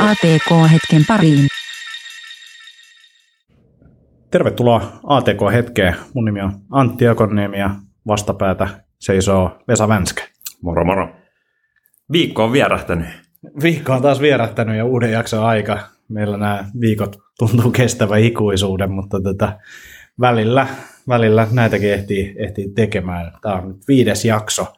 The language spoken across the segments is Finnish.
ATK-hetken pariin. Tervetuloa ATK-hetkeen. Mun nimi on Antti Akonniemi ja vastapäätä seisoo Vesa Vänskä. Moro moro. Viikko on vierähtänyt. Viikko on taas vierähtänyt ja uuden jakson aika. Meillä nämä viikot tuntuu kestävän ikuisuuden, mutta välillä näitäkin ehtii tekemään. Tämä on nyt 5. jakso.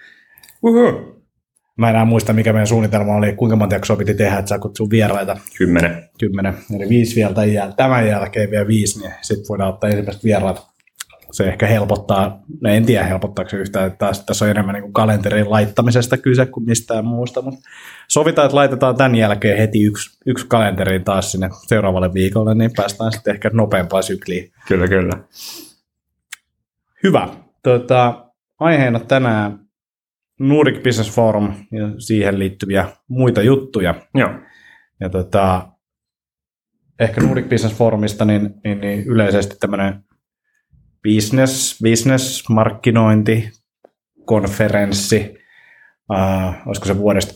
Mä enää muista, mikä meidän suunnitelma oli, kuinka monta jaksoa piti tehdä, että saa kutsua vieraita. 10. Eli 5 vielä tämän jälkeen vielä 5, niin sitten voidaan ottaa ensimmäiset vieraat. Se ehkä helpottaa, en tiedä helpottaako se yhtään, että tässä on enemmän niin kuin kalenterin laittamisesta kyse kuin mistään muusta, mutta sovitaan, että laitetaan tämän jälkeen heti yksi kalenteriin taas sinne seuraavalle viikolle, niin päästään sitten ehkä nopeampaan sykliin. Kyllä. Hyvä. Aiheena tänään Nordic Business Forum ja siihen liittyviä muita juttuja. Joo. Ja ehkä Nordic Business Forumista niin yleisesti tämmöinen business, markkinointi, konferenssi, olisiko se vuodesta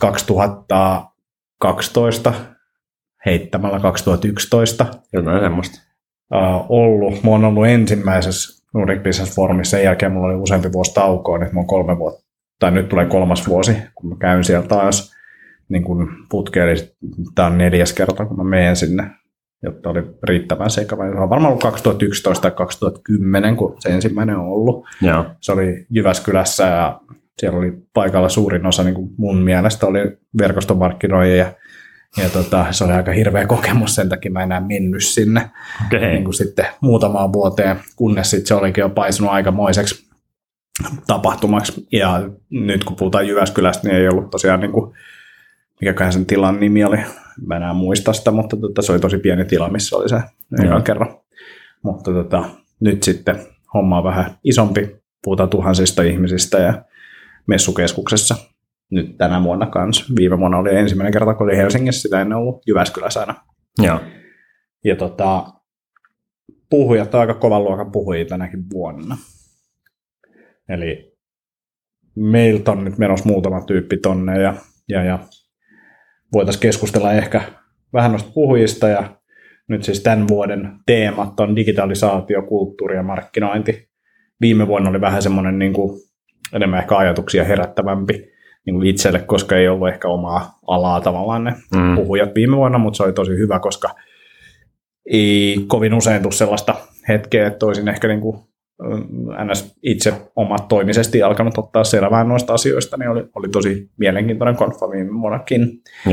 2012, heittämällä 2011. Jotain semmoista. Ollut. Mä oon ollut ensimmäisessä Nordic Business Forumissa, sen jälkeen mulla oli useampi vuosi taukoa, nyt mä oon 3 vuotta, tai nyt tulee 3. vuosi, kun mä käyn siellä taas niin kun putkeen, eli tää on 4. kerta, kun mä menen sinne, jotta oli riittävän sekava. Se on varmaan ollut 2011 tai 2010, kun se ensimmäinen on ollut. Joo. Se oli Jyväskylässä ja siellä oli paikalla suurin osa, niin kuin mun mielestä oli verkostomarkkinoijia. Ja se oli aika hirveä kokemus, sen takia mä enää mennyt sinne niin kuin sitten muutamaan vuoteen, kunnes sitten se olikin jo paisunut aikamoiseksi tapahtumaksi. Ja nyt kun puhutaan Jyväskylästä, niin ei ollut tosiaan, niin kuin, mikäköhän sen tilan nimi oli, mä enää muista sitä, mutta se oli tosi pieni tila, missä oli se kerran. Mutta nyt sitten homma on vähän isompi, puhutaan tuhansista ihmisistä ja messukeskuksessa. Nyt tänä vuonna kanssa. Viime vuonna oli ensimmäinen kerta, kun oli Helsingissä, sitä ennen ollut Jyväskylässä aina. Joo. Ja puhujat on aika kovan luokan puhujia tänäkin vuonna. Eli meiltä on nyt menossa muutama tyyppi tonne ja voitaisiin keskustella ehkä vähän noista puhujista. Ja nyt siis tämän vuoden teemat on digitalisaatio, kulttuuri ja markkinointi. Viime vuonna oli vähän semmoinen niin kuin enemmän ehkä ajatuksia herättävämpi niin kuin itselle, koska ei ollut ehkä omaa alaa tavallaan ne puhujat viime vuonna, mutta se oli tosi hyvä, koska ei kovin usein tule sellaista hetkeä, että olisin ehkä niin kuin ns. Itse omatoimisesti alkanut ottaa selvää noista asioista, niin oli tosi mielenkiintoinen konfa viime vuonnakin.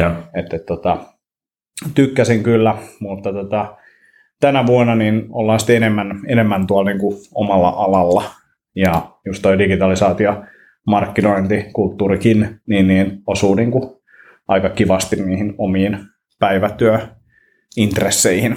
Tykkäsin kyllä, mutta tänä vuonna niin ollaan sitten enemmän tuolla niin kuin omalla alalla, ja just toi digitalisaatio, markkinointi, kulttuurikin, niin osuu niin kuin aika kivasti niihin omiin päivätyöintresseihin.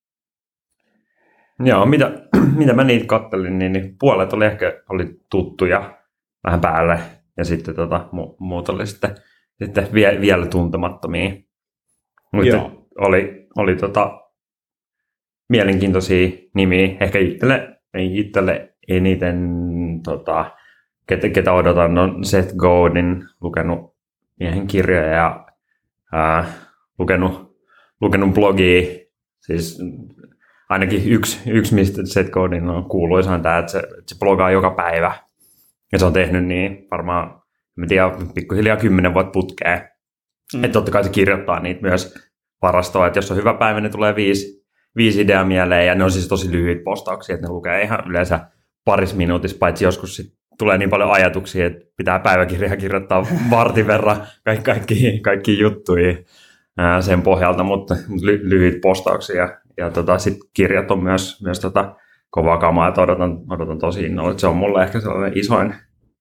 Joo, mitä mä niitä kattelin, niin puolet oli tuttuja vähän päälle, ja sitten muut oli sitten vielä tuntemattomia. Mutta oli mielenkiintoisia nimiä, ehkä itselle eniten ketä odotan, on Seth Godin, lukenut miehen kirjoja ja lukenut blogia. Siis ainakin yksi mistä Seth Godin on kuuluisa on tämä, että se blogaa joka päivä. Ja se on tehnyt niin varmaan, en tiedä, pikkuhiljaa 10 vuotta putkeen. Että totta kai se kirjoittaa niitä myös varastoa, että jos on hyvä päivä, niin tulee 5 ideaa mieleen, ja ne on siis tosi lyhyitä postauksia, että ne lukee ihan yleensä parissa minuutissa, paitsi joskus sit tulee niin paljon ajatuksia, että pitää päiväkirjaa kirjoittaa vartin verran kaikki juttuja sen pohjalta, mutta lyhyitä postauksia. Ja sitten kirjat on myös kovaa kamaa, että odotan tosi innolla. Se on mulle ehkä sellainen isoin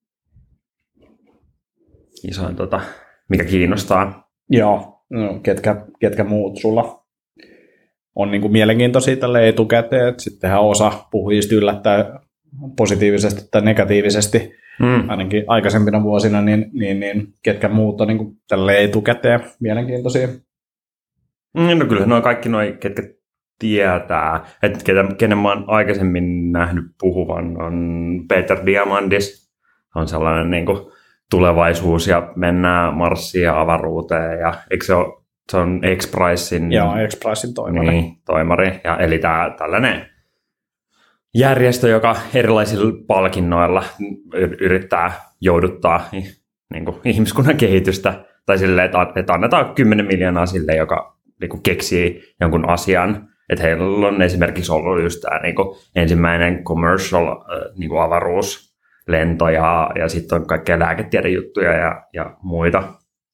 mikä kiinnostaa. Joo, no, ketkä muut sulla on niin kuin mielenkiintoisia tälle etukäteen, että sittenhän osa puhujista yllättää positiivisesti tai negatiivisesti, ainakin aikaisempina vuosina, niin ketkä muut on niin kuin tälle etukäteen mielenkiintoisia? No kyllä nuo kaikki ketkä tietää, että kenen mä oon aikaisemmin nähnyt puhuvan, on Peter Diamandis, on sellainen niin kuin tulevaisuus ja mennään Marsiin ja avaruuteen, ja eikö se ole se on X-Pricein. Joo, X-Pricein toimari. Niin, toimari. Ja, eli tällainen järjestö, joka erilaisilla palkinnoilla yrittää jouduttaa niin kuin ihmiskunnan kehitystä. Tai silleen, että annetaan 10 miljoonaa sille, joka niin kuin keksii jonkun asian. Että heillä on esimerkiksi ollut just tämä niin kuin ensimmäinen commercial niin kuin avaruuslento ja sitten on kaikkea lääketiedejuttuja ja muita.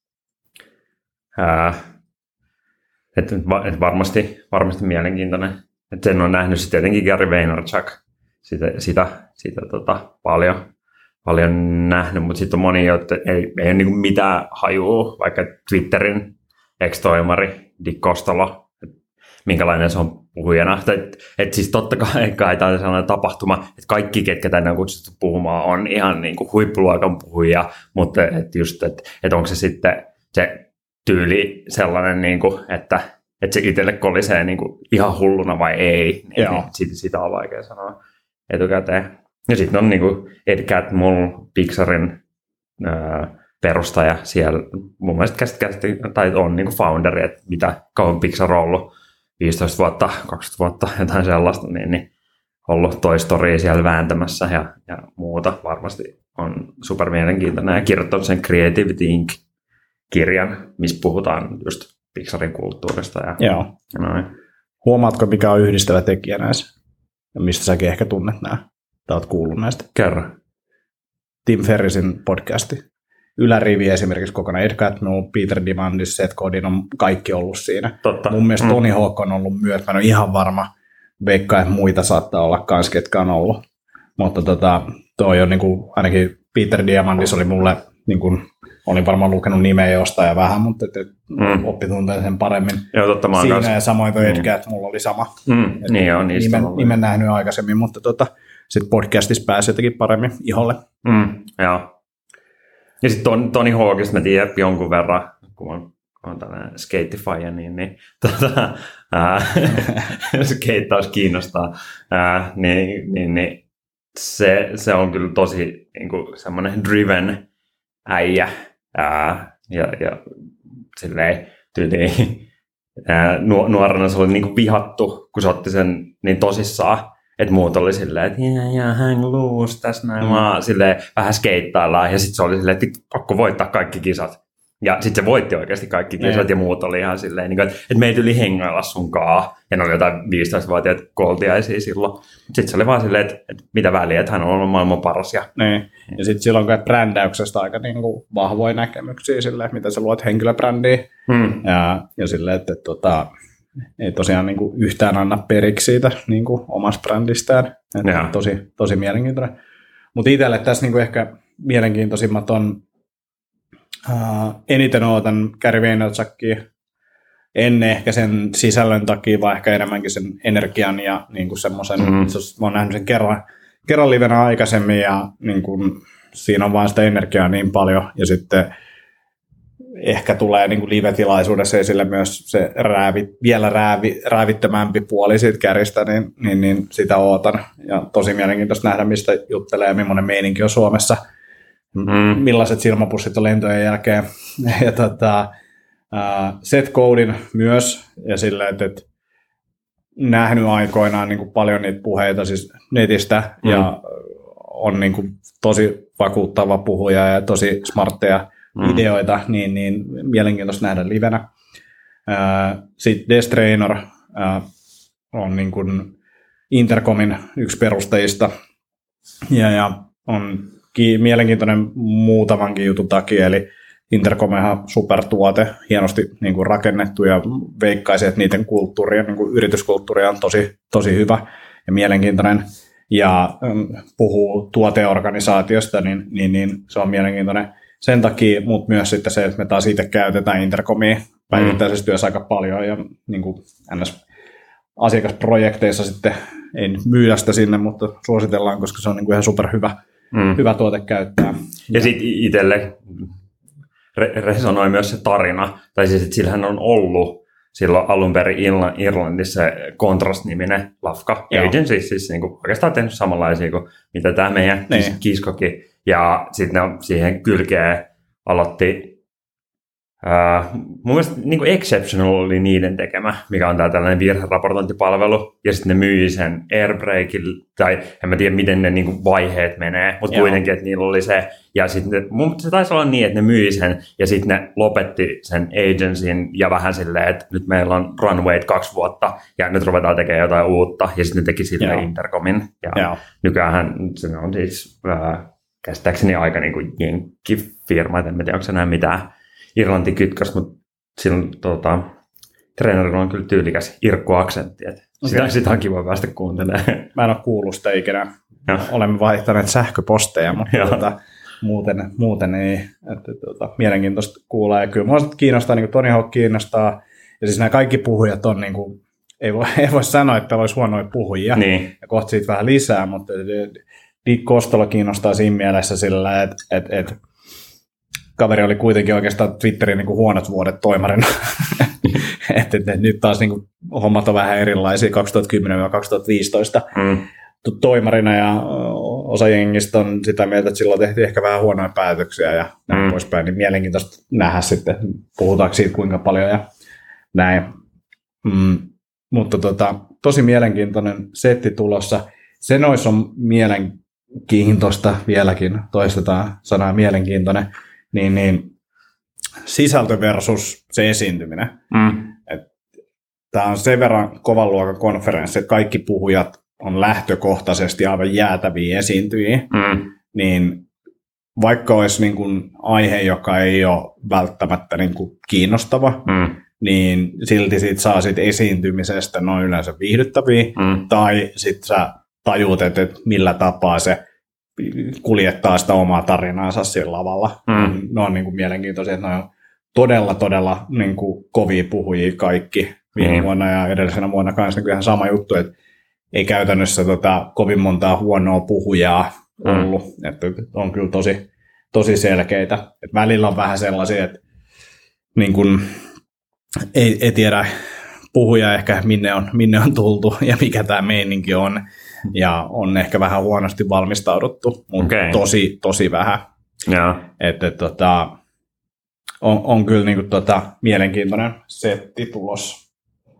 Et varmasti mielenkiintoinen. Et sen on nähnyt sitten tietenkin Gary Vaynerchuk sitä paljon nähnyt, mutta sitten on moni, joita ei ole niinku mitään hajua, vaikka Twitterin ex-toimari Dick Costolo, minkälainen se on puhujana. Et siis totta kai tämä on sellainen tapahtuma, että kaikki, ketkä tänne on kutsuttu puhumaan, on ihan niinku huippuluokan puhujia, mutta et onko se sitten se tyyli sellainen, niinku, että se itselle kolisee niinku ihan hulluna vai ei, niin sitä on vaikea sanoa etukäteen. Ja sitten on niinku Ed Catmull, Pixarin perustaja siellä, mun mielestä tai on niinku founderi, että mitä kauan Pixar on ollut, 15 vuotta, 20 vuotta, jotain sellaista, niin ollut Toy Storya siellä vääntämässä ja muuta. Varmasti on super mielenkiintoinen ja kirjoittanut sen Creativity Inc.-kirjan, missä puhutaan just Pixarin kulttuurista. Ja noin. Huomaatko, mikä on yhdistävä tekijä näissä? Ja mistä säkin ehkä tunnet nämä? Tai oot kuullut näistä? Kerro. Tim Ferrissin podcasti. Ylärivi esimerkiksi kokonaan. Ed Catmull, Peter Diamandis, Seth Godin on kaikki ollut siinä. Totta. Mun mielestä Tony Hawk on ollut myös. Mä en ole ihan varma. Veikkaa, että muita saattaa olla kans, ketkä on ollut. Mutta toi on niinku, ainakin Peter Diamandis oli mulle, niinku, olin varmaan lukenut nimeä jostain ja vähän, mutta oppi tuntee sen paremmin. Joo, totta, siinä kanssa. Ja samoin toi Ed Catmull oli sama. Niin on, niistä nimen nähnyt aikaisemmin, mutta sitten podcastissa pääsi jotenkin paremmin iholle. Joo. Ja sitten Tony Hawkista mä tiedän jonkun verran, kun on tällainen skeittifaija, niin skeittaus kiinnostaa, niin se on kyllä tosi niin kuin semmoinen driven äijä ja silleen tyyliin nuorena se oli niin kuin vihattu, kun se otti sen niin tosissaan. Että muut oli silleen, että hang loose tässä näin vaan silleen vähän skeittaillaan. Ja sitten se oli silleen, että pakko voittaa kaikki kisat. Ja sitten se voitti oikeasti kaikki kisat ja muut oli ihan silleen, että meitä yli hengailla sunkaa. Ja ne oli jotain 15-vuotiaat koltiaisia silloin. Sitten se oli vaan silleen, että mitä väliä, että hän on ollut maailman paras. Ja sitten silloin kai brändäyksestä aika niinku vahvoja näkemyksiä silleen, mitä sä luot henkilöbrändiä. Ja silleen, että ei tosiaan niin kuin yhtään anna periksi siitä niin kuin omasta brändistään. Tosi mielenkiintoinen. Mutta itselle tässä niin kuin ehkä mielenkiintoisimmat on eniten ootan Gary Vaynerchukia ennen ehkä sen sisällön takia, vaan ehkä enemmänkin sen energian ja niin kuin semmoisen. Mä oon nähnyt sen kerran livenä aikaisemmin ja niin kuin, siinä on vaan sitä energiaa niin paljon ja sitten ehkä tulee niin kuin live-tilaisuudessa esille myös se vielä räävittömämpi puoli siitä käristä, niin sitä ootan. Ja tosi mielenkiintoista nähdä, mistä juttelee ja millainen meininki on Suomessa. Millaiset silmäpussit on lentojen jälkeen. Ja Seth Godin myös, ja silleen, että nähnyt aikoinaan niin kuin paljon niitä puheita siis netistä, ja on niin kuin tosi vakuuttava puhuja ja tosi smartteja ideoita, niin mielenkiintoista nähdä livenä. Sitten Des Traynor on niin kuin Intercomin yksi perustajista ja on mielenkiintoinen muutamankin jutun takia, eli Intercom on ihan supertuote, hienosti niin kuin rakennettu ja veikkaisin, että niiden kulttuuri ja niin kuin yrityskulttuuri on tosi hyvä ja mielenkiintoinen ja puhuu tuoteorganisaatiosta, niin se on mielenkiintoinen sen takia, mutta myös sitten se, että me taas itse käytetään Intercomia päivittäisessä työssä aika paljon ja niin kuin asiakasprojekteissa sitten ei nyt myydä sitä sinne, mutta suositellaan, koska se on niin kuin ihan superhyvä hyvä tuote käyttää. Ja sitten itselle resonoi myös se tarina, tai siis että sillähän on ollut silloin alun perin Irlannissa Contrast-niminen lafka agency, siis niin kuin oikeastaan tehnyt samanlaisia kuin mitä tämä meidän kiskokin. Ja sitten ne siihen kylkeen aloitti mun mielestä niin kuin Exceptional oli niiden tekemä, mikä on tää tällainen virheraportointipalvelu, ja sitten ne myi sen Airbreakille, tai en mä tiedä miten ne niin kuin vaiheet menee, mutta kuitenkin, että niillä oli se, ja sitten se taisi olla niin, että ne myi sen, ja sitten ne lopetti sen agencyn, ja vähän silleen, että nyt meillä on runway 2 vuotta, ja nyt ruvetaan tekemään jotain uutta, ja sitten ne teki silleen Intercomin, ja nykyäänhän se on siis käsittääkseni aika niin kuin jenkkifirma, en tiedä, onko se näin mitään Irlanti-kytkös, mutta silloin treenerilla on kyllä tyylikäs Irkku-aksentti, että sitä on kiva päästä kuuntelemaan. Mä en ole kuullut sitä ikinä. Olemme vaihtaneet sähköposteja, mutta muuten ei. Että, mielenkiintoista kuulla. Ja kyllä minua kiinnostaa, niin kuin Tony Hawk kiinnostaa. Ja siis nämä kaikki puhujat on, niin kuin, ei voi sanoa, että olisi huonoja puhujia. Niin. Ja kohta siitä vähän lisää, mutta Dick Costolo kiinnostaa siinä mielessä sillä, että kaveri oli kuitenkin oikeastaan Twitterin niin kuin huonot vuodet toimarina. että nyt taas niin kuin, hommat on vähän erilaisia 2010-2015 toimarina, ja osa jengistä on sitä mieltä, että silloin tehtiin ehkä vähän huonoja päätöksiä ja näin poispäin. Niin mielenkiintoista nähdä sitten, puhutaanko siitä kuinka paljon ja näin. Mutta tosi mielenkiintoinen setti tulossa. Sen olisi on mielenkiintoista vieläkin, toistetaan sanaa mielenkiintoinen, niin sisältö versus se esiintyminen. Tämä on sen verran kovan luokan konferenssi, että kaikki puhujat on lähtökohtaisesti aivan jäätäviä esiintyjiä, niin vaikka olisi niin kuin aihe, joka ei ole välttämättä niin kuin kiinnostava, niin silti siitä saa siitä esiintymisestä noin yleensä viihdyttäviä, tai sitten sä tajuut, että millä tapaa se kuljettaa sitä omaa tarinaansa sillä lavalla. Ne on niin kuin mielenkiintoisia, että ne on todella niin kuin kovia puhujia kaikki viime vuonna ja edellisenä vuonna kanssa niin ihan sama juttu, että ei käytännössä kovin montaa huonoa puhujaa ollut, että on kyllä tosi selkeitä. Et välillä on vähän sellaisia, että niin kuin ei tiedä puhuja ehkä minne on tultu ja mikä tämä meininki on, ja on ehkä vähän huonosti valmistauduttu, mutta tosi vähän. Että on kyllä niin kuin mielenkiintoinen setti tulossa.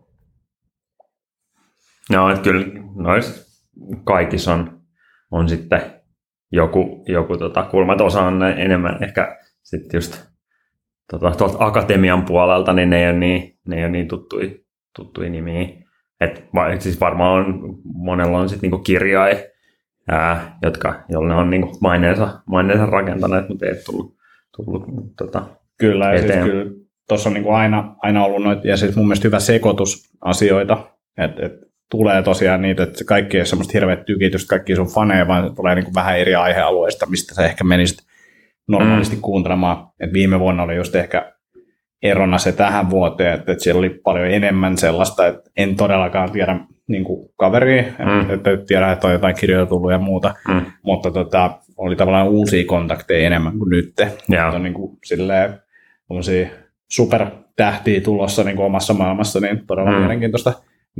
No, että kyllä noissa kaikissa on sitten joku kulma, osa on enemmän ehkä sitten just tuolta akatemian puolelta, niin ne ei ole niin tuttuja nimiä. Siis varmaan monella on sitten niinku kirjaajia, jolle on niinku maineensa rakentaneet, mutta ei tullut Kyllä, ja siis kyllä tuossa on niinku aina ollut noita, ja siis mun mielestä hyvä sekoitus asioita, että tulee tosiaan niitä, että kaikki ei ole semmoista hirveät tykitystä, kaikki sun faneja, vaan tulee niinku vähän eri aihealueista, mistä sä ehkä menisit normaalisti kuuntelemaan. Et viime vuonna oli just ehkä erona se tähän vuoteen, että siellä oli paljon enemmän sellaista, että en todellakaan tiedä niin kuin kaveria, että tiedä, että on jotain kirjoja tullut ja muuta, mutta oli tavallaan uusia kontakteja enemmän kuin nyt. On niin kuin silleen supertähtiä tulossa niin kuin omassa maailmassa, niin todella mielenkiintoista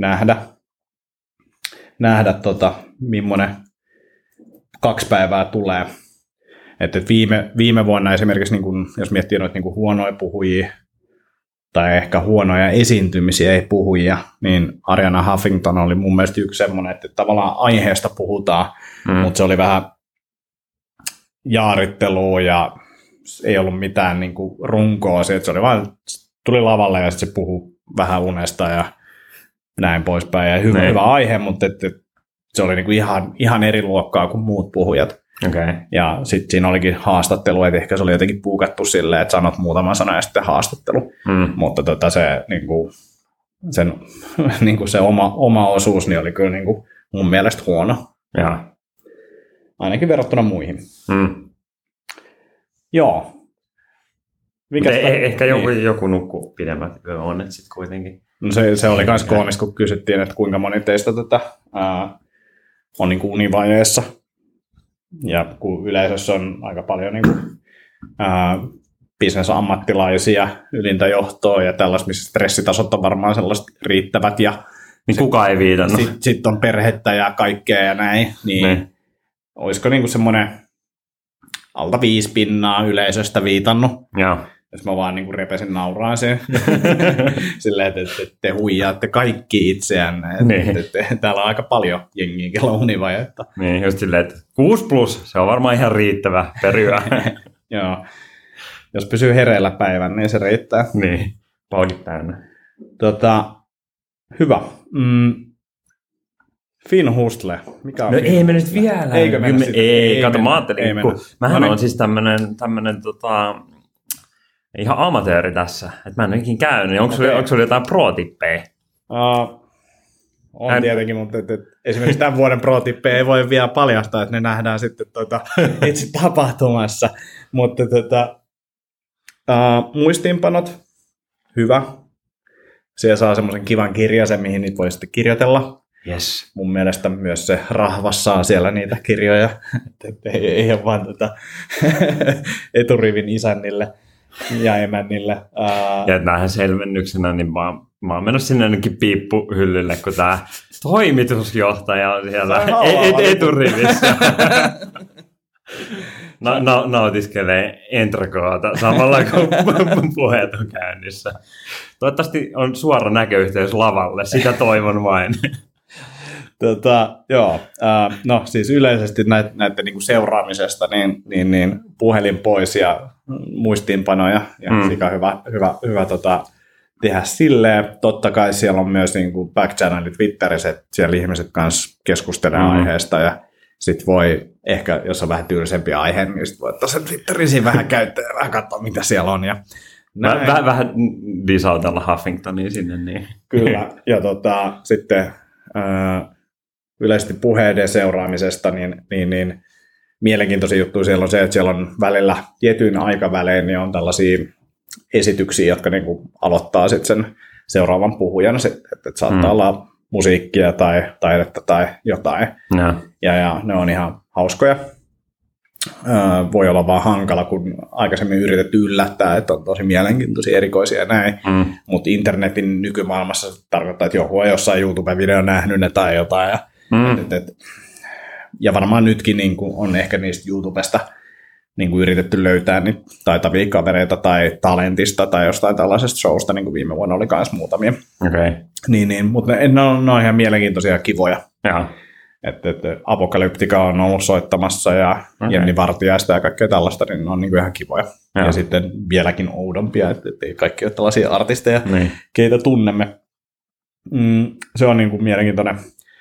nähdä millainen 2 päivää tulee. Että viime vuonna esimerkiksi, niin kun, jos miettii noita niin kun huonoja puhujia tai ehkä huonoja esiintymisiä, ei puhujia, niin Ariana Huffington oli mun mielestä yksi semmoinen, että tavallaan aiheesta puhutaan, mutta se oli vähän jaarittelua ja ei ollut mitään niin kuin runkoa. Se oli vaan, tuli lavalle ja sitten se puhui vähän unesta ja näin poispäin. Ja hyvä aihe, mutta se oli niin kuin ihan eri luokkaa kuin muut puhujat. Okay. Ja sitten siinä olikin haastattelu, että ehkä se oli jotenkin puukattu silleen, että sanot muutaman sanan ja sitten haastattelu. Mutta se, se oma osuus niin oli kyllä niin kuin mun mielestä huono. Ja. Ainakin verrattuna muihin. Joo. Ehkä joku nukkuu pidemmät yöunet sitten kuitenkin. No se oli myös koomista, kun kysyttiin, että kuinka moni teistä on niin kuin univaiheessa. Ja kun yleisössä on aika paljon niin kuin, business-ammattilaisia, ylintä johtoa ja tällaista, missä stressitasot on varmaan sellaiset riittävät. Ja niin kukaan ei viitannut. Sitten on perhettä ja kaikkea ja näin. Niin olisiko niin kuin semmoinen alta 5% yleisöstä viitannut. Ja. Jos mä vaan niin repesin nauraan sen. Silleen, että te huijaatte kaikki itseänne. Täällä on aika paljon jengiä, kello univajetta. Niin, just silleen, että 6+, se on varmaan ihan riittävä peryä. Joo. Jos pysyy hereillä päivän, niin se riittää. Niin, paukit täynnä. Hyvä. Finn Hustle. Mikä on ei me nyt vielä. Eikö mennä sitten? Ei, kato, mä ajattelin, kun mähän on siis tämmönen ihan amatööri tässä, että mä en ole ikinä käynyt. Onko sulla jotain pro-tippejä? On tietenkin, mutta esimerkiksi tämän vuoden pro-tippejä ei voi vielä paljastaa, että ne nähdään sitten itse tapahtumassa. Mutta muistiinpanot, hyvä. Siellä saa semmoisen kivan kirjasen, mihin niitä voi sitten kirjoitella. Yes. Mun mielestä myös se rahvas saa siellä niitä kirjoja. Ei ole vaan eturivin isännille ja emännille. Ja tähän selvennyksenä, niin mä oon mennyt sinne ainakin piippuhyllylle, kun tää toimitusjohtaja on siellä eturivissä. Nautiskelee entrakoota samalla kun puheet on käynnissä. Toivottavasti on suora näköyhteys lavalle, sitä toivon vain. No siis yleisesti näiden niin kuin seuraamisesta niin puhelin pois ja muistiinpanoja ja sikä hyvä tehdä silleen. Totta kai siellä on myös niin kuin back-channelit Twitterissä, että siellä ihmiset kanssa keskustelee aiheesta ja sitten voi ehkä, jos on vähän tyylisempi aihe, niin sitten voi tosiaan Twitteriin vähän käyttää ja vähän katsoa, mitä siellä on. Ja vähän disautella Huffingtonia sinne. Niin. Kyllä, ja sitten yleisesti puheiden seuraamisesta, niin mielenkiintoisia juttuja siellä on se, että siellä on välillä tietyin aikavälein niin on tällaisia esityksiä, jotka niin kuin aloittaa sitten sen seuraavan puhujan, että saattaa olla musiikkia tai taidetta tai jotain. Ja ne on ihan hauskoja. Voi olla vaan hankala, kun aikaisemmin yritetty yllättää, että on tosi mielenkiintoisia, erikoisia ja näin. Mutta internetin nykymaailmassa tarkoittaa, että joku on jossain YouTube-video nähnyt ne tai jotain. Ja varmaan nytkin niin on ehkä niistä YouTubesta niin yritetty löytää niin taitavia kavereita tai talentista tai jostain tällaisesta showsta, niin kuin viime vuonna oli myös muutamia. Okay. Mutta ne on ihan mielenkiintoisia ja kivoja. Jaha. Että Apokalyptika on ollut soittamassa ja Jenni Vartiaista ja kaikkea tällaista, niin ne on niin kuin ihan kivoja. Ja sitten vieläkin oudompia, että ei kaikki ole tällaisia artisteja, keitä tunnemme. Se on niin kuin mielenkiintoinen.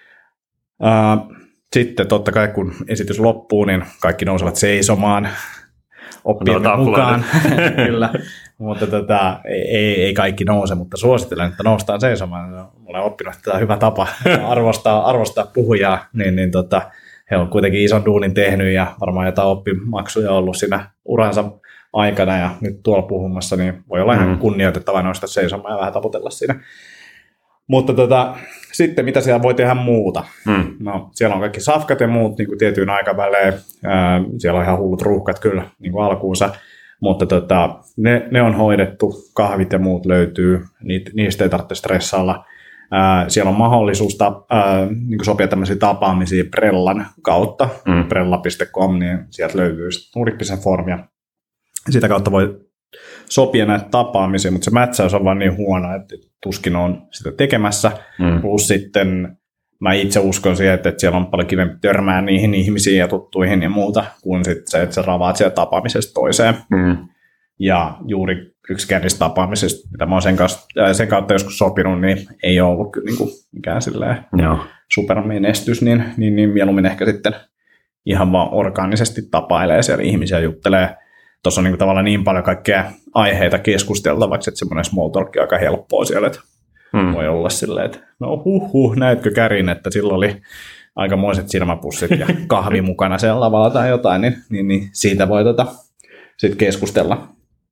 Sitten totta kai kun esitys loppuu, niin kaikki nousevat seisomaan oppiemme mukaan. Kyllä. Mutta ei kaikki nouse, mutta suosittelen, että noustaan seisomaan. Olen oppinut, että tämä on hyvä tapa arvostaa puhujaa. He on kuitenkin ison duunin tehnyt ja varmaan jotain oppimaksuja ollut siinä uransa aikana. Ja nyt tuolla puhumassa niin voi olla ihan kunnioitettava nousta seisomaan ja vähän taputella siinä. Mutta sitten mitä siellä voi tehdä muuta? No, siellä on kaikki safkat ja muut niin kuin tietyin aikavälein. Siellä on ihan hullut ruuhkat kyllä niin kuin alkuunsa. Mutta ne on hoidettu, kahvit ja muut löytyy, niistä ei tarvitse stressailla. Siellä on mahdollisuus niin sopia tämmöisiä tapaamisia Prellan kautta, prella.com, niin sieltä löytyy Nuripisen formia. Sitä kautta voi sopia näitä tapaamisia, mutta se mätsäys on vaan niin huono, että tuskin on sitä tekemässä. Plus sitten mä itse uskon siihen, että siellä on paljon kivempi törmää niihin ihmisiin ja tuttuihin ja muuta, kuin sitten se, että sä ravaat siellä tapaamisesta toiseen. Ja juuri yksikään niistä tapaamisista, mitä mä oon sen kautta joskus sopinut, niin ei ole ollut niin kuin mikään supermenestys, niin mieluummin ehkä sitten ihan vaan orgaanisesti tapailee siellä ihmisiä, juttelee. Tuossa on niin kuin tavallaan niin paljon kaikkea aiheita keskusteltavaksi, että semmoinen small talk on aika helppoa siellä, että voi olla silleen, että no näetkö Kärin, että sillä oli aikamoiset silmäpussit ja kahvi mukana siellä lavalla tai jotain, niin siitä voi sitten keskustella.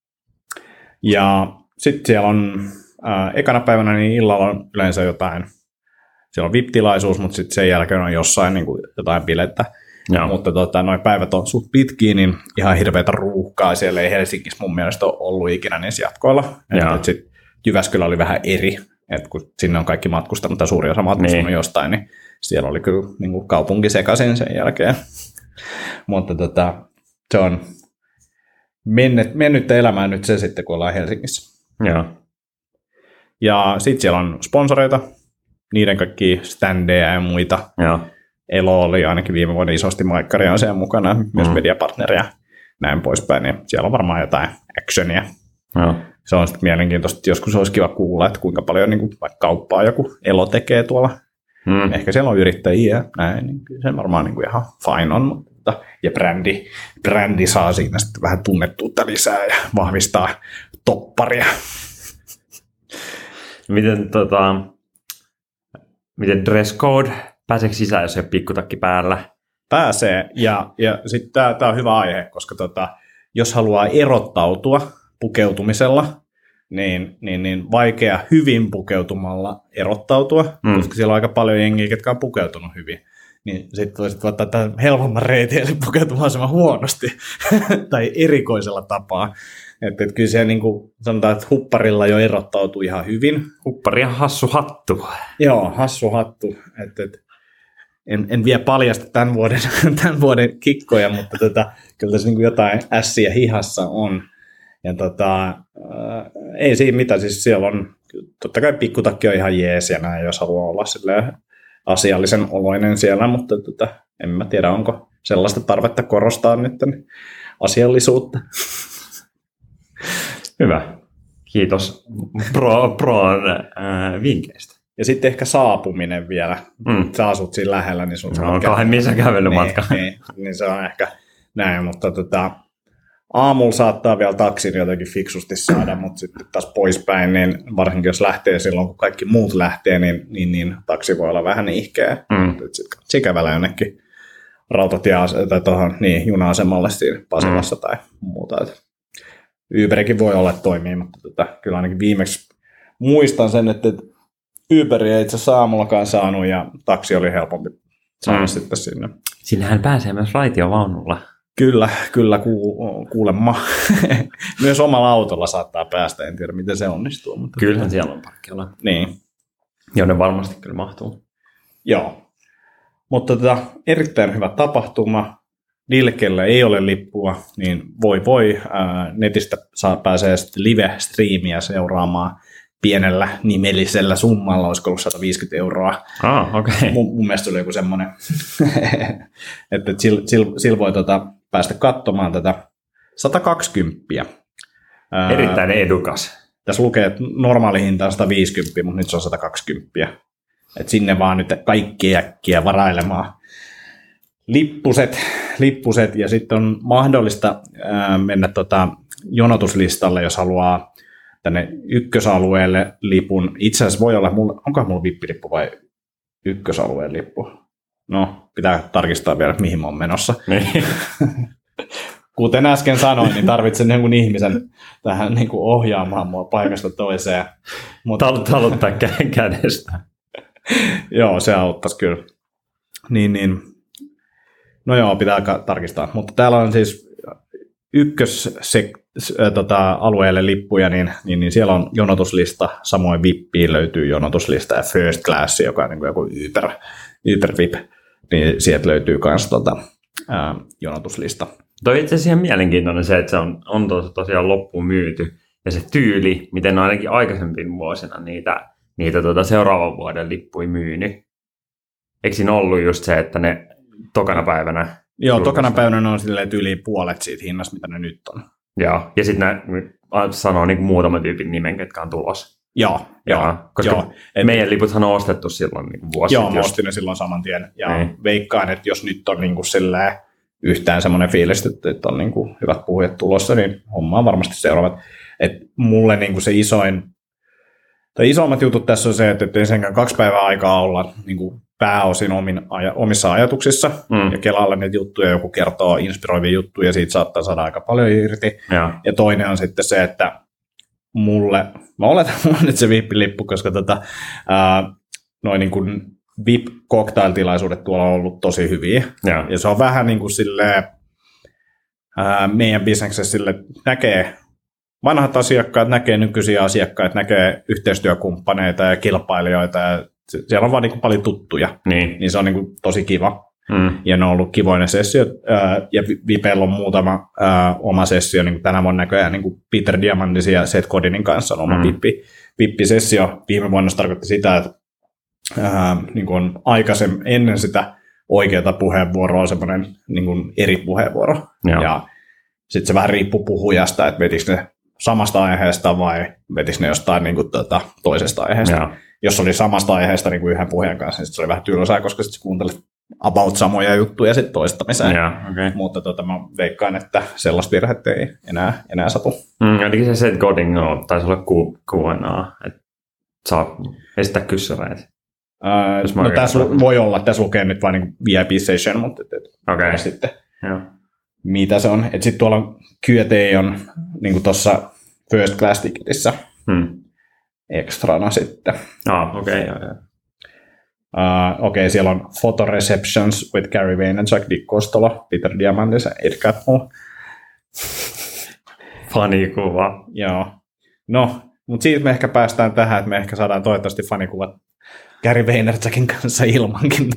Ja sitten siellä on ekana päivänä, niin illalla on yleensä jotain, siellä on VIP-tilaisuus, mutta sitten sen jälkeen on jossain niin kuin jotain bilettä. Mutta noin päivät on suht pitkiä, niin ihan hirveätä ruuhkaa. Siellä ei Helsingissä mun mielestä ole ollut ikinä niissä jatkoilla. Sitten Jyväskylä oli vähän eri, että kun sinne on kaikki matkustanut tai suuri osa matkustanut jostain, niin siellä oli kyllä niin kuin kaupunki sekaisin sen jälkeen. Mutta se on mennyttä elämää nyt se sitten, kun ollaan Helsingissä. Joo. Ja sitten siellä on sponsoreita, niiden kaikki standeja ja muita. Joo. Elo oli ainakin viime vuonna isosti maikkaria on siellä mukana, myös mediapartneria näin poispäin. Ja siellä on varmaan jotain actionia. Joo. Se on sitten mielenkiintoista, että joskus olisi kiva kuulla, että kuinka paljon niin kuin, vaikka kauppaa joku Elo tekee tuolla. Ehkä siellä on yrittäjiä, näin, niin kyllä se varmaan niin kuin ihan fine on, mutta ja brändi saa siinä sitten vähän tunnettuutta lisää ja vahvistaa topparia. Miten dress code? Pääseekö sisään, jos ei ole pikkutakki päällä? Pääsee, ja sitten tämä on hyvä aihe, koska jos haluaa erottautua pukeutumisella, niin vaikea hyvin pukeutumalla erottautua, koska siellä on aika paljon jengiä, jotka on pukeutunut hyvin. Niin sitten voisit ottaa tämän helpomman reitin, eli pukeutumaan semmoinen huonosti tai erikoisella tapaa. Että kyllä se niin kuin sanotaan, että hupparilla jo erottautuu ihan hyvin. Huppari ja hassu hattu. Joo, hassu hattu. En vielä paljasta tämän vuoden kikkoja, mutta kyllä tässä niin kuin jotain ässiä hihassa on. Ja ei siinä mitään, siis siellä on, totta kai pikkutakki on ihan jees ja näin, jos haluaa olla silleen asiallisen oloinen siellä, mutta en mä tiedä, onko sellaista tarvetta korostaa nyt asiallisuutta. Hyvä. Kiitos Proon vinkkeistä. Ja sitten ehkä saapuminen vielä. Sä asut siinä lähellä, niin sun on 2 missä kävelymatka. Niin se on ehkä näin, mutta aamulla saattaa vielä taksin jotenkin fiksusti saada, mutta sitten taas poispäin, niin varsinkin jos lähtee silloin, kun kaikki muut lähtee, niin taksi voi olla vähän ihkeä. Sitten kävellä jonnekin tai tuohon juna-asemalle siinä Pasilassa tai muuta. Uberikin voi olla toimii, mutta kyllä ainakin viimeksi muistan sen, että Uberia ei itse asiassa aamullakaan saanut ja taksi oli helpompi saada sitten sinne. Sinnehän pääsee myös raitiovaunulla. Kyllä kuulemma. Myös omalla autolla saattaa päästä, en tiedä miten se onnistuu. Mutta kyllähän siellä on parkkiala. Niin. Jonne varmasti kyllä mahtuu. Joo. Mutta erittäin hyvä tapahtuma. Dilkellä ei ole lippua, niin netistä pääsee sitten live-striimiä seuraamaan pienellä nimellisellä summalla, olisiko ollut 150 €. Okay. Mun mielestä oli joku semmoinen, että sillä voi päästä katsomaan tätä 120. Erittäin edukas. Tässä lukee, että normaali hinta on 150, mutta nyt se on 120. Että sinne vaan nyt kaikki äkkiä varailemaan lippuset ja sitten on mahdollista mennä jonotuslistalle, jos haluaa tänne ykkösalueelle lipun. Itse asiassa voi olla, onkohan mulla VIP-lippu vai ykkösalueen lippu? No, pitää tarkistaa vielä, mihin mä oon menossa. Kuten äsken sanoin, niin tarvitsen jonkun ihmisen tähän niin kuin ohjaamaan mua paikasta toiseen. Taluttaa kädestä. Joo, se auttaisi kyllä. Niin. No joo, pitää tarkistaa. Mutta täällä on siis alueelle lippuja, niin siellä on jonotuslista, samoin VIPiin löytyy jonotuslista ja First Class, joka on niin kuin joku Uber VIP, niin sieltä löytyy myös jonotuslista. Toi itse asiassa ihan mielenkiintoinen se, että se on tosiaan loppuun myyty ja se tyyli, miten ainakin aikaisempina vuosina niitä seuraavan vuoden lippuja myynyt. Eikö siinä ollut just se, että ne tokana päivänä? Joo, tokana päivänä on silleen yli puolet siitä hinnasta, mitä ne nyt on. Joo, ja sitten ne sanoo niin muutaman tyypin nimen, ketkä on tulossa. Joo. Koska meidän liputhan on ostettu silloin niin vuosi. Joo, mä ostin ne silloin saman tien. Ja veikkaan, että jos nyt on niin kuin yhtään semmoinen fiilis, että on niin kuin hyvät puhujat tulossa, niin homma on varmasti seuraavat. Että mulle niin kuin se isoimmat jutut tässä on se, että ei senkään 2 päivää aikaa olla niin kuin pääosin omissa ajatuksissa ja kelailla niitä juttuja, joku kertoo inspiroivia juttuja, siitä saattaa saada aika paljon irti. Ja toinen on sitten se, että mä oletan nyt se VIP-lippu, koska noin niin kuin VIP-cocktail-tilaisuudet tuolla on ollut tosi hyviä. Ja se on vähän niin kuin silleen, meidän bisneksessä sille näkee vanhat asiakkaat, näkee nykyisiä asiakkaita, näkee yhteistyökumppaneita ja kilpailijoita ja siellä on vaan niin kuin paljon tuttuja. Niin se on niin kuin tosi kiva. Ja ne on ollut kivoinen sessio, ja Vipellä on muutama oma sessio, niin kuin tänä vuonna näköjään niin kuin Peter Diamandis ja Seth Godinin kanssa on oma VIP-sessio. Viime vuonna se tarkoitti sitä, että niin kuin aikaisemmin ennen sitä oikeata puheenvuoroa on semmoinen niin kuin eri puheenvuoro. Joo. Ja sitten se vähän riippuu puhujasta, että vetikö ne samasta aiheesta vai vetikö ne jostain niin kuin, toisesta aiheesta. Joo. Jos oli samasta aiheesta niin kuin yhden puheen kanssa, niin se oli vähän tylsää, koska sitten kuuntelit about samoja juttuja sitten toistamiseen. Okay. Mutta mä veikkaan, että sellaista virhettä ei enää satu. Jotenkin se Seth Godin taisi olla Q&A, että saa esittää kyssäreitä. No tässä voi olla, tässä lukee nyt vain niin VIP session, mutta okay. Sitten mitä se on. Sitten tuolla Q&A on niin tuossa First Class Ticketissä ekstrana sitten. Okei, siellä on Photo Receptions with Gary Vaynerchuk, Dick Costolo, Peter Diamandis ja Ed Catmull. Fanikuva. Joo. No, mutta siitä me ehkä päästään tähän, että me ehkä saadaan toivottavasti fanikuvat Gary Vaynerchukin kanssa ilmankin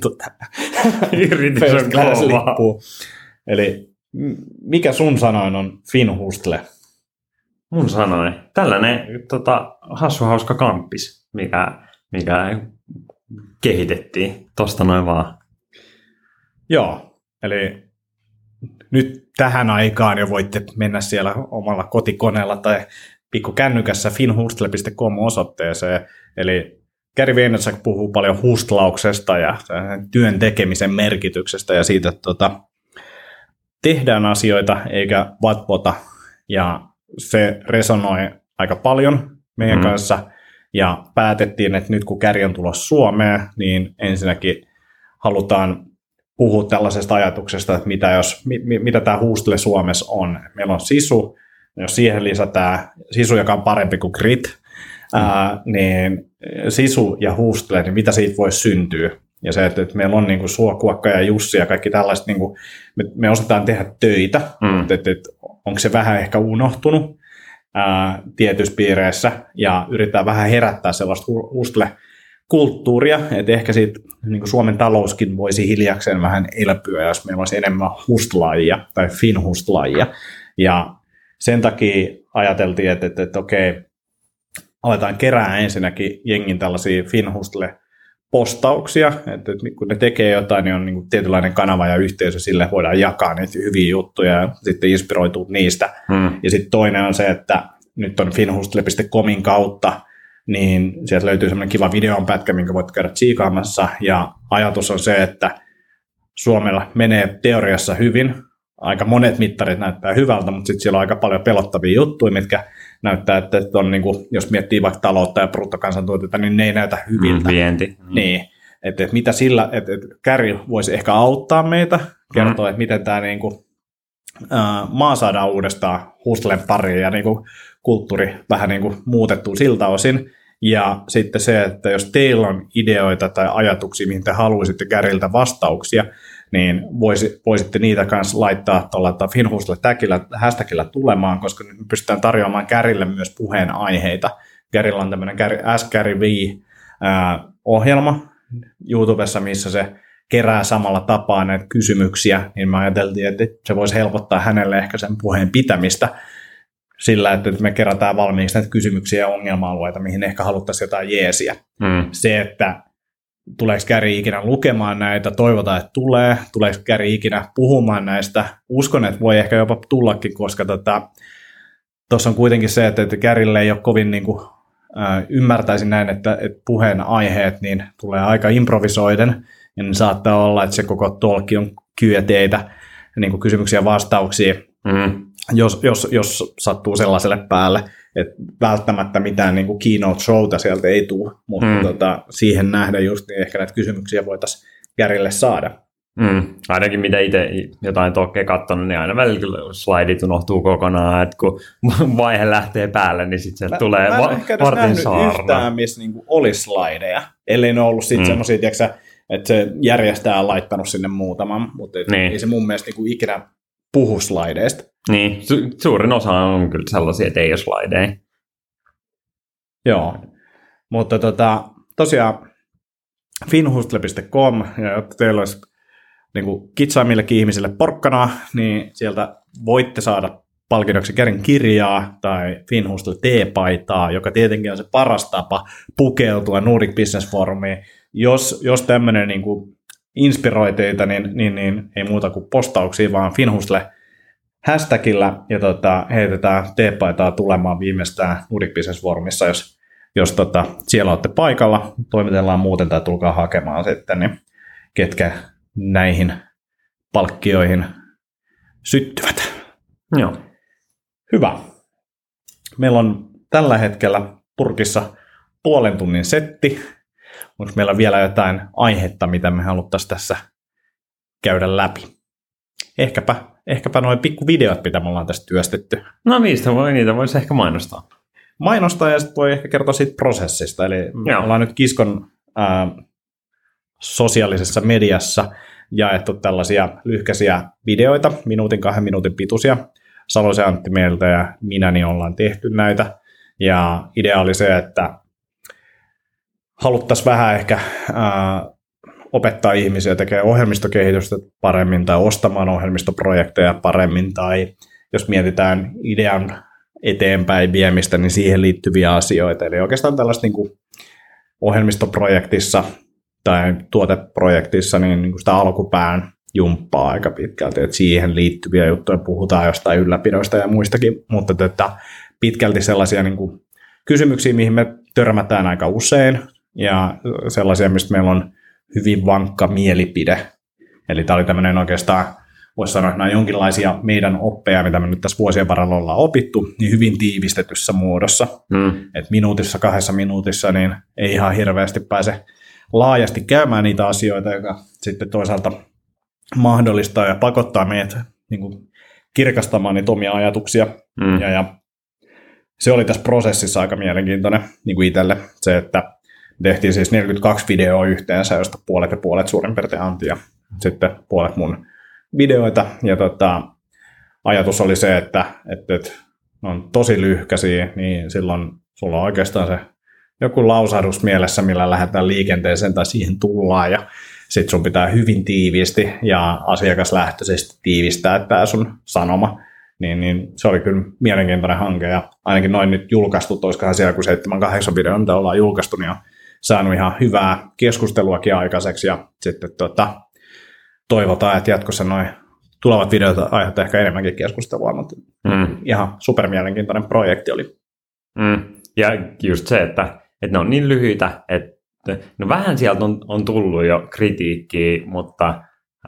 First Class-lippua. Eli mikä sun sanoin on Finn Hustle? Mun sanoin. Tällainen hauska kamppis, mikä kehitettiin tosta noin vaan. Joo, eli nyt tähän aikaan jo voitte mennä siellä omalla kotikoneella tai pikkukännykässä finnhustle.com osoitteeseen. Eli Gary Vaynerchuk puhuu paljon hustlauksesta ja työn tekemisen merkityksestä ja siitä, että tehdään asioita eikä vatpota. Ja se resonoi aika paljon meidän kanssa. Ja päätettiin, että nyt kun Gary on tulossa Suomeen, niin ensinnäkin halutaan puhua tällaisesta ajatuksesta, että mitä tämä Hustle Suomessa on. Meillä on Sisu, jos siihen lisätään Sisu, joka on parempi kuin Grit, niin Sisu ja Hustle, niin mitä siitä voisi syntyä. Ja se, että meillä on niin kuin Suokuokka ja Jussi ja kaikki tällaiset, niin kuin, me osataan tehdä töitä, että onko se vähän ehkä unohtunut tietyissä piireissä, ja yritetään vähän herättää sellaista hustle-kulttuuria, että ehkä siitä niin kuin Suomen talouskin voisi hiljakseen vähän elpyä, jos meillä olisi enemmän hustlaajia tai finhustlaajia. Ja sen takia ajateltiin, että okei, aletaan kerää ensinnäkin jengin tällaisia finhustle-postauksia, että kun ne tekee jotain, niin on niin kuin tietynlainen kanava ja yhteisö, sille voidaan jakaa niitä hyviä juttuja ja sitten inspiroituu niistä. Ja sitten toinen on se, että nyt on finhustle.comin kautta, niin sieltä löytyy semmoinen kiva videonpätkä, minkä voit käydä tsiikaamassa, ja ajatus on se, että Suomella menee teoriassa hyvin, aika monet mittarit näyttää hyvältä, mutta sitten siellä on aika paljon pelottavia juttuja, mitkä näyttää, että on niin kuin, jos miettii vaikka taloutta ja bruttokansantuotetta, niin ne ei näytä hyviltä. Vienti. Niin, että mitä sillä, että Gary voisi ehkä auttaa meitä, kertoa, että miten tämä niin kuin, maa saadaan uudestaan hustlen pariin ja niin kuin, kulttuuri vähän niin kuin, muutettua siltä osin. Ja sitten se, että jos teillä on ideoita tai ajatuksia, mihin te haluaisitte Garyltä vastauksia, niin voisitte niitä kanssa laittaa tuolla Finhustle hashtagillä tulemaan, koska nyt me pystytään tarjoamaan Garylle myös puheenaiheita. Garylla on tämmöinen Ask Gary V-ohjelma YouTubessa, missä se kerää samalla tapaa näitä kysymyksiä, niin me ajateltiin, että se voisi helpottaa hänelle ehkä sen puheen pitämistä sillä, että me kerätään valmiiksi näitä kysymyksiä ja ongelma-alueita, mihin ehkä haluttaisiin jotain jeesiä. Se, että tuleeko Gary ikinä lukemaan näitä, toivotaan, että tuleeko Gary ikinä puhumaan näistä, uskon, että voi ehkä jopa tullakin, koska tuossa on kuitenkin se, että Garylle ei ole kovin niin kuin, ymmärtäisin näin, että puheen aiheet niin tulee aika improvisoiden, ja niin saattaa olla, että se koko talkki on Q&A:tä, niin kuin kysymyksiä ja vastauksia, jos sattuu sellaiselle päälle, että välttämättä mitään niin kuin keynote showta sieltä ei tule, mutta siihen nähdä just niin ehkä näitä kysymyksiä voitaisiin Garylle saada. Ainakin mitä itse jotain talkkeja katsonut, niin aina välillä kyllä slaidit unohtuu kokonaan, että kun vaihe lähtee päälle, niin sitten sieltä tulee vartin saarna. Mä en yhtään, missä niinku olisi slideja, ellei ne ollut sitten semmoisia, että se järjestää on laittanut sinne muutaman, mutta ei se mun mielestä niinku ikinä puhu slideista. Niin, suurin osa on kyllä sellaisia, että ei ole slideja. Joo, mutta tosiaan finhustle.com, ja jotta teillä olisi niin kuin kitsaimmillekin ihmisille porkkanaa, niin sieltä voitte saada palkinnoksi Kärin kirjaa tai Finhustle teepaitaa, joka tietenkin on se paras tapa pukeutua Nordic Business Forumiin. Jos tämmöinen niin kuin inspiroi teitä, niin ei muuta kuin postauksia, vaan Finhustle hashtagillä ja heitetään teepaitaa tulemaan viimeistään Nordic Business Forumissa, jos siellä olette paikalla, toimitellaan muuten tai tulkaa hakemaan sitten, niin ketkä näihin palkkioihin syttyvät. Joo. Hyvä. Meillä on tällä hetkellä purkissa 0,5 tunnin setti. Onko meillä vielä jotain aihetta, mitä me haluttaisiin tässä käydä läpi? Ehkäpä noin pikkuvideot, mitä me ollaan tästä työstetty. No niitä voisi ehkä mainostaa. Mainostaa ja sitten voi ehkä kertoa siitä prosessista. Eli me ollaan nyt Kiskon sosiaalisessa mediassa jaettu tällaisia lyhkäisiä videoita, 2 minuutin pituisia. Salosen Antti meiltä ja minä niin ollaan tehty näitä. Ja idea oli se, että haluttaisiin vähän ehkä opettaa ihmisiä tekemään ohjelmistokehitystä paremmin tai ostamaan ohjelmistoprojekteja paremmin, tai jos mietitään idean eteenpäin viemistä, niin siihen liittyviä asioita. Eli oikeastaan tällaista niin kuin ohjelmistoprojektissa tai tuoteprojektissa niin kuin sitä alkupään jumppaa aika pitkälti, että siihen liittyviä juttuja puhutaan jostain ylläpidoista ja muistakin, mutta pitkälti sellaisia niin kuin kysymyksiä, mihin me törmätään aika usein, ja sellaisia, mistä meillä on hyvin vankka mielipide. Eli tämä oli tämmöinen oikeastaan, voisi sanoa, että nämä jonkinlaisia meidän oppeja, mitä me nyt tässä vuosien varrella ollaan opittu, niin hyvin tiivistetyssä muodossa. Että minuutissa, 2 minuutissa, niin ei ihan hirveästi pääse laajasti käymään niitä asioita, joka sitten toisaalta mahdollistaa ja pakottaa meidät niin kuin kirkastamaan niitä omia ajatuksia. Ja se oli tässä prosessissa aika mielenkiintoinen niin kuin itselle. Se, että tehtiin siis 42 videoa yhteensä, josta puolet ja puolet suurin piirtein Antti ja sitten puolet mun videoita. Ja ajatus oli se, että ne on tosi lyhkäisiä, niin silloin sulla on oikeastaan se joku lausahdus mielessä, millä lähdetään liikenteeseen tai siihen tullaan, ja sitten sun pitää hyvin tiiviisti ja asiakaslähtöisesti tiivistää tämä sun sanoma. Niin se oli kyllä mielenkiintoinen hanke, ja ainakin noin nyt julkaistu, olisikohan siellä kun 7-8 videoa, mitä ollaan julkaistu, niin on saanut ihan hyvää keskusteluakin aikaiseksi, ja sitten toivotaan, että jatkossa noin tulevat videot aiheuttaa ehkä enemmänkin keskustelua, mutta ihan supermielenkiintoinen projekti oli. Ja just se, että ne on niin lyhyitä, että no vähän sieltä on tullut jo kritiikkiä, mutta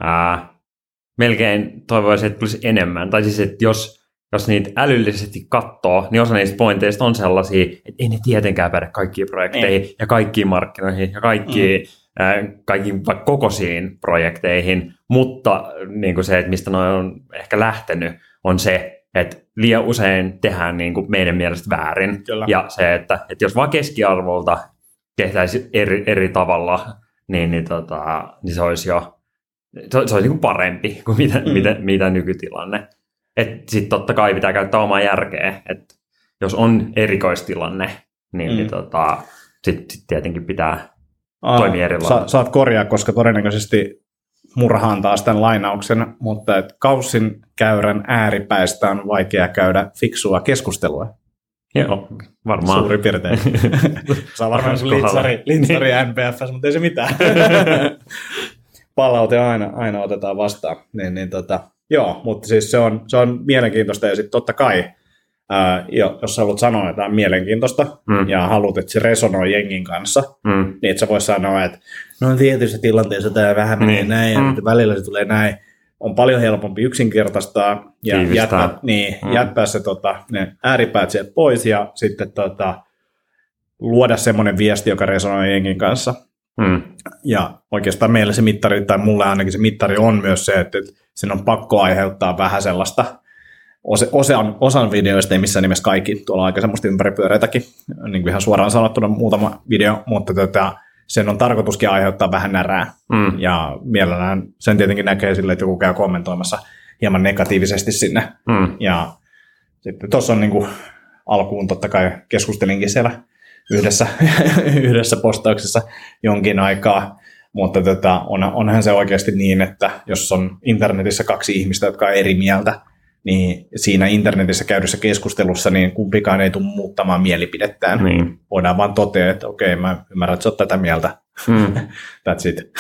melkein toivoisin, että tulisi enemmän. Tai siis, että jos niitä älyllisesti katsoo, niin osa niistä pointeista on sellaisia, että ei ne tietenkään päde kaikkiin projekteihin ja kaikkiin markkinoihin ja kaikkiin vaikka kokoisiin projekteihin, mutta niin kuin se, että mistä noin on ehkä lähtenyt, on se, että liian usein tehdään niin kuin meidän mielestä väärin. Kyllä. Ja se, että jos vaan keskiarvolta tehtäisiin eri tavalla, niin se olisi jo se olisi niin kuin parempi kuin mitä nykytilanne. Sitten totta kai pitää käyttää omaa järkeä, että jos on erikoistilanne, niin sitten tietenkin pitää toimia eri lailla. Saat korjaa, koska todennäköisesti murhaan taas tämän lainauksen, mutta kaussin käyrän ääripäistä on vaikea käydä fiksua keskustelua. Joo, varmaan. Suurin piirtein. Saa varmaan lintsari NPF:ssä, mutta ei se mitään. Palaute aina otetaan vastaan. Joo, mutta siis se on mielenkiintoista, ja sitten totta kai, jos haluat sanoa jotain mielenkiintoista ja haluat, että se resonoi jengin kanssa, niin että sä vois sanoa, että no tietyissä tilanteissa tämä vähän menee näin, ja välillä se tulee näin. On paljon helpompi yksinkertaistaa ja jättää se, ne ääripäät sieltä pois, ja sitten luoda semmoinen viesti, joka resonoi jengin kanssa. Ja oikeastaan meillä se mittari, tai mulle ainakin se mittari on myös se, että sen on pakko aiheuttaa vähän sellaista, osan videoista, ei missään nimessä kaikki, tuolla on aika semmoista ympäripyöreitäkin, niin kuin ihan suoraan sanottuna muutama video, mutta sen on tarkoituskin aiheuttaa vähän närää, ja mielellään sen tietenkin näkee silleen, että joku käy kommentoimassa hieman negatiivisesti sinne, ja sitten tuossa on niin kuin alkuun totta kai keskustelinkin siellä yhdessä postauksessa jonkin aikaa Mutta onhan se oikeasti niin, että jos on internetissä kaksi ihmistä, jotka on eri mieltä, niin siinä internetissä käydyssä keskustelussa niin kumpikaan ei tule muuttamaan mielipidettään. Niin. Voidaan vaan totea, että okei, mä ymmärrän, että sä oot tätä mieltä. That's it.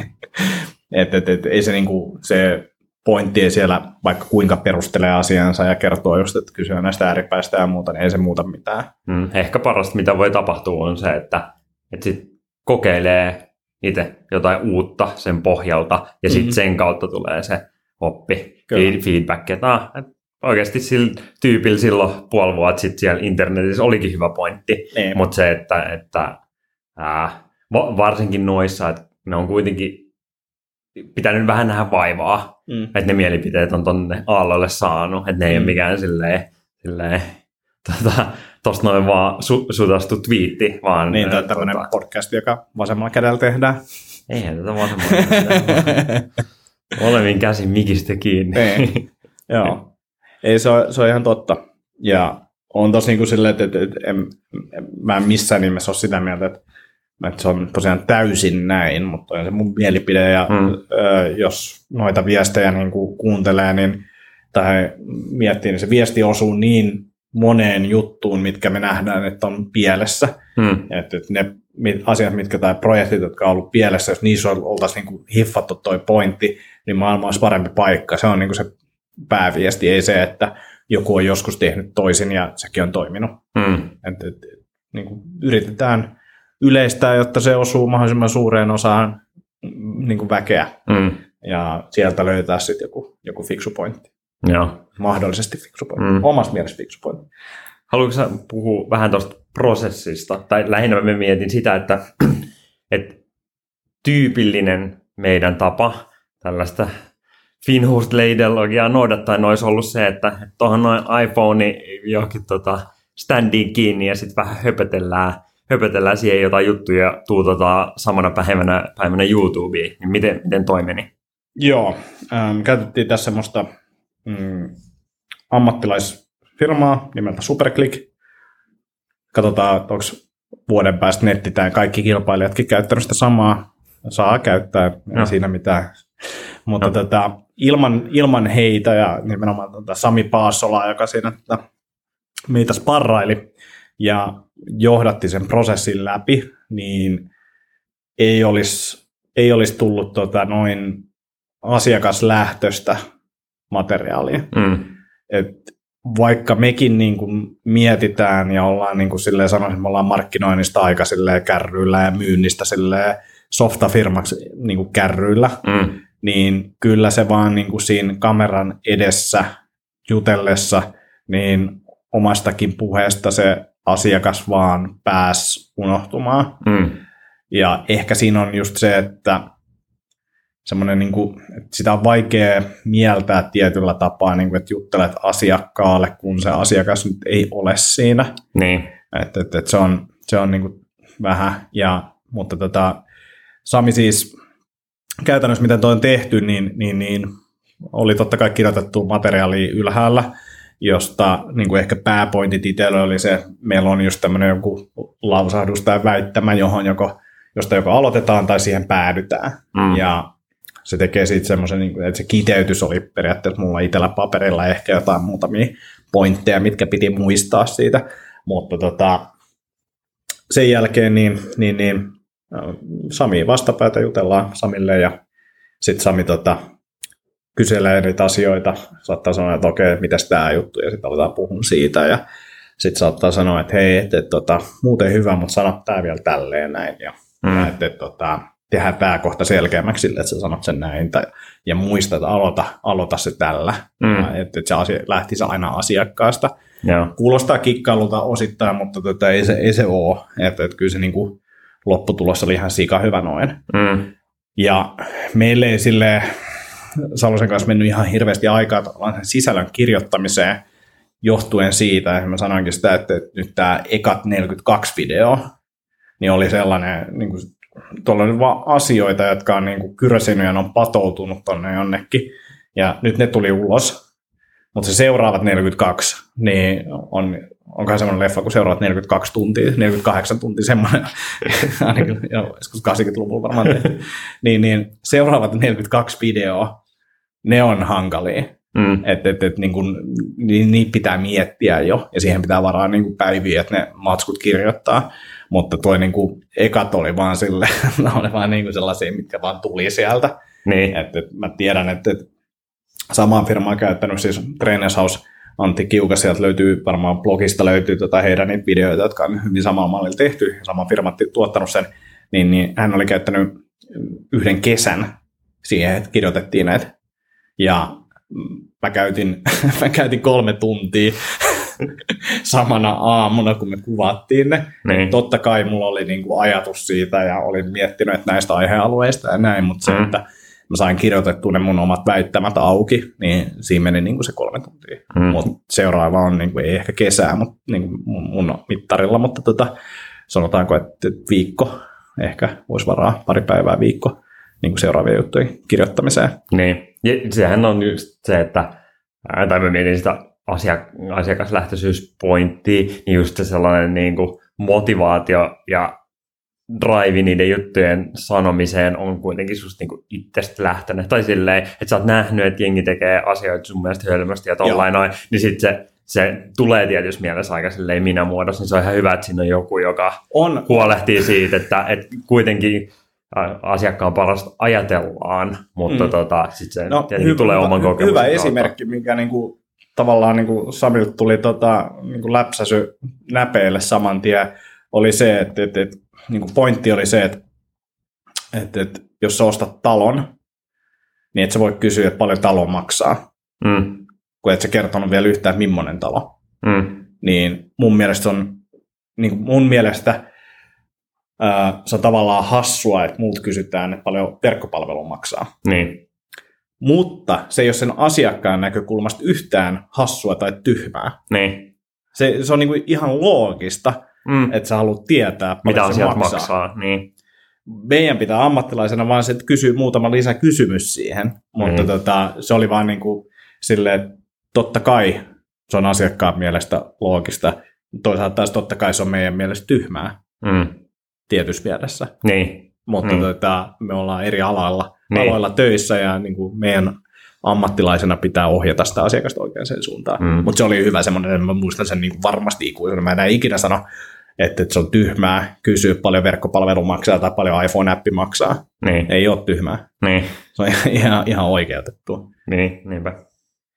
Ei se, niinku, se pointti ei siellä, vaikka kuinka perustelee asiansa ja kertoo just, että kysyä näistä ääripäistä ja muuta, niin ei se muuta mitään. Ehkä parasta, mitä voi tapahtua, on se, että sit kokeilee itse jotain uutta sen pohjalta, ja sitten sen kautta tulee se oppi, feedback. Että oikeasti sillä tyypillä silloin puoli vuotta sitten siellä internetissä olikin hyvä pointti, mutta se, että varsinkin noissa, että ne on kuitenkin pitänyt vähän nähdä vaivaa, että ne mielipiteet on tonne aalloille saanut, että ne ei ole mikään silleen tosta noin vaan sutastu twiitti, vaan... Niin, tai tämmöinen podcast, joka vasemmalla kädellä tehdään. Eihän tätä vasemmalla kädellä. Molemmin käsin mikistä kiinni. Joo. Ei, se on ihan totta. Ja on tosi niin kuin silleen, että mä en missään nimessä ole sitä mieltä, että se on tosiaan täysin näin, mutta on se mun mielipide, ja jos noita viestejä niin kuin kuuntelee, niin, tai miettii, niin se viesti osuu niin moneen juttuun, mitkä me nähdään, että on pielessä. Että ne asiat, tai projektit, jotka on ollut pielessä, jos niissä oltaisiin niin kuin hiffattu toi pointti, niin maailma olisi parempi paikka. Se on niin kuin se pääviesti, ei se, että joku on joskus tehnyt toisin ja sekin on toiminut. Niin kuin yritetään yleistää, jotta se osuu mahdollisimman suureen osaan niin kuin väkeä. Ja sieltä löytää sitten joku fiksu pointti. Joo. Mahdollisesti fiksu pointti. Omasta mielestä fiksu pointti. Haluatko sä puhua vähän tuosta prosessista? Tai lähinnä mä mietin sitä, että tyypillinen meidän tapa tällaista Finhurst-leideologiaa noudattaen olisi ollut se, että tuohon noin iPhone johonkin standiin kiinni ja sitten vähän höpötellään siihen jotain juttuja ja tuutetaan samana päivänä YouTubeen. Niin miten toi meni? Joo, käytettiin tässä semmoista ammattilaisfirmaa nimeltä SuperClick. Katsotaan, onko vuoden päästä nettitään kaikki kilpailijatkin käyttänyt sitä samaa. Saa käyttää, ei siinä mitään. Mutta ilman heitä ja nimenomaan Sami Paassolaa, joka siinä meitä sparraili ja johdatti sen prosessin läpi, niin ei olisi tullut noin asiakaslähtöistä materiaalia. Et vaikka mekin niin kuin mietitään ja ollaan niin kuin silleen sanoisin, me ollaan markkinoinnista aika silleen kärryillä ja myynnistä silleen softafirmaksi niin kuin kärryillä, niin kyllä se vaan niin kuin siinä kameran edessä jutellessa, niin omastakin puheesta se asiakas vaan pääsi unohtumaan. Ja ehkä siinä on just se, että semmoinen, niin kuin, että sitä on vaikea mieltää tietyllä tapaa, niin kuin, että juttelet asiakkaalle, kun se asiakas nyt ei ole siinä. Niin. Että se on niin kuin vähän, mutta Sami siis käytännössä, miten toi on tehty, niin oli totta kai kirjoitettu materiaalia ylhäällä, josta niin kuin ehkä pääpointit itsellä oli se, meillä on just tämmöinen joku lausahdus tai väittämä, josta joko aloitetaan tai siihen päädytään. Ja se tekee siitä semmoisen, että se kiteytys oli periaatteessa mulla itsellä paperilla ehkä jotain muutamia pointteja, mitkä piti muistaa siitä. Mutta sen jälkeen niin Sami vastapäätä jutellaan Samille ja sitten Sami kyselee niitä asioita, saattaa sanoa, että okei, mitäs tämä juttu, ja sitten aletaan puhua siitä, ja sitten saattaa sanoa, että hei, että muuten hyvä, mutta sano tämä vielä tälleen näin, ja että tehdään tämä kohta selkeämmäksi sille, että sä sanot sen näin, ja muista, että aloita se tällä, että se asia lähtisi aina asiakkaasta. Kuulostaa kikkailulta osittain, mutta ei se ole, että kyllä se niinku lopputulos oli ihan sika hyvä noin. Ja meille ei silleen Salosen kanssa mennyt ihan hirveästi aikaa sen sisällön kirjoittamiseen johtuen siitä, että mä sanoinkin sitä, että nyt tämä ekat 42 video, niin oli sellainen, niin kuin, tuolla on vaan asioita, jotka on niin kuin kyrösinyt ja ne on patoutunut tonne jonnekin, ja nyt ne tuli ulos, mutta se seuraavat 42, niin on onkohan semmoinen leffa, kun seuraat 42 tuntia, 48 tuntia semmoinen, ainakin joskus 80-luvulla varmaan tehty, niin seuraavat 42 videoa, ne on hankalia. Että niin pitää miettiä jo, ja siihen pitää varaa niin kuin päiviä, että ne matskut kirjoittaa. Mutta toi niin kuin, ekat oli vaan sille, oli vaan niin kuin sellaisia, mitkä vaan tuli sieltä. Niin. Et mä tiedän, että samaa firmaa käyttänyt, siis Trainers House Antti Kiuka, sieltä löytyy, varmaan blogista löytyy heidän niitä videoita, jotka on hyvin samalla mallilla tehty, sama firma tuottanut sen, niin hän oli käyttänyt yhden kesän siihen, että kirjoitettiin näitä. Ja mä käytin 3 tuntia samana aamuna, kun me kuvattiin ne. Niin. Totta kai mulla oli niinku ajatus siitä ja olin miettinyt että näistä aihealueista ja näin, mutta se, että mä sain kirjoitettua ne mun omat väittämät auki, niin siinä meni niinku se 3 tuntia. Mutta seuraava on, niinku, ei ehkä kesää mutta niinku mun mittarilla, mutta sanotaanko, että viikko ehkä voisi varaa, 2 päivää viikko niin seuraavien juttujen kirjoittamiseen. Niin, ja sehän on just se, että tai mä mietin sitä asiakaslähtöisyyspointtia, niin just se sellainen niin kuin motivaatio ja drive niiden juttujen sanomiseen on kuitenkin susta niin kuin itsestä lähtenyt. Tai silleen, että sä oot nähnyt, että jengi tekee asioita sun mielestä hölmösti ja tollain noin, niin sitten se tulee tietysti mielessä aika silleen minä-muodossa, niin se on ihan hyvä, että siinä on joku, joka huolehtii siitä, että kuitenkin asiakkaan parasta ajatellaan, mutta sitten se tietenkin tulee oman kokemuksen hyvä kautta. Esimerkki, mikä niinku, tavallaan niinku Samilta tuli niinku läpsäsy näpeille saman tien, oli se, että niinku pointti oli se, että jos sä ostat talon, niin et sä voi kysyä, että paljon talo maksaa, kun et sä kertonut vielä yhtään, että millainen talo. Niin mun mielestä se on tavallaan hassua, että multa kysytään, että paljon verkkopalvelu maksaa. Niin. Mutta se ei ole sen asiakkaan näkökulmasta yhtään hassua tai tyhmää. Niin. Se on niinku ihan loogista, että sä haluat tietää, mitä paljon se maksaa. Niin. Meidän pitää ammattilaisena vaan se, että kysyy muutama lisäkysymys siihen. Mutta se oli vaan niinku silleen, että totta kai se on asiakkaan mielestä loogista. Toisaalta taas totta kai se on meidän mielestä tyhmää. Tietyssä mielessä. Niin. Mutta me ollaan eri aloilla töissä ja niin kuin meidän ammattilaisena pitää ohjata sitä asiakasta oikeaan suuntaan. Mutta se oli hyvä semmoinen, että mä muistan sen niin kuin varmasti ikuisena. Mä en ikinä sano, että se on tyhmää kysyä paljon verkkopalvelu maksaa tai paljon iPhone-appi maksaa. Niin. Ei ole tyhmää. Niin. Se on ihan oikeutettua. Niin, niinpä.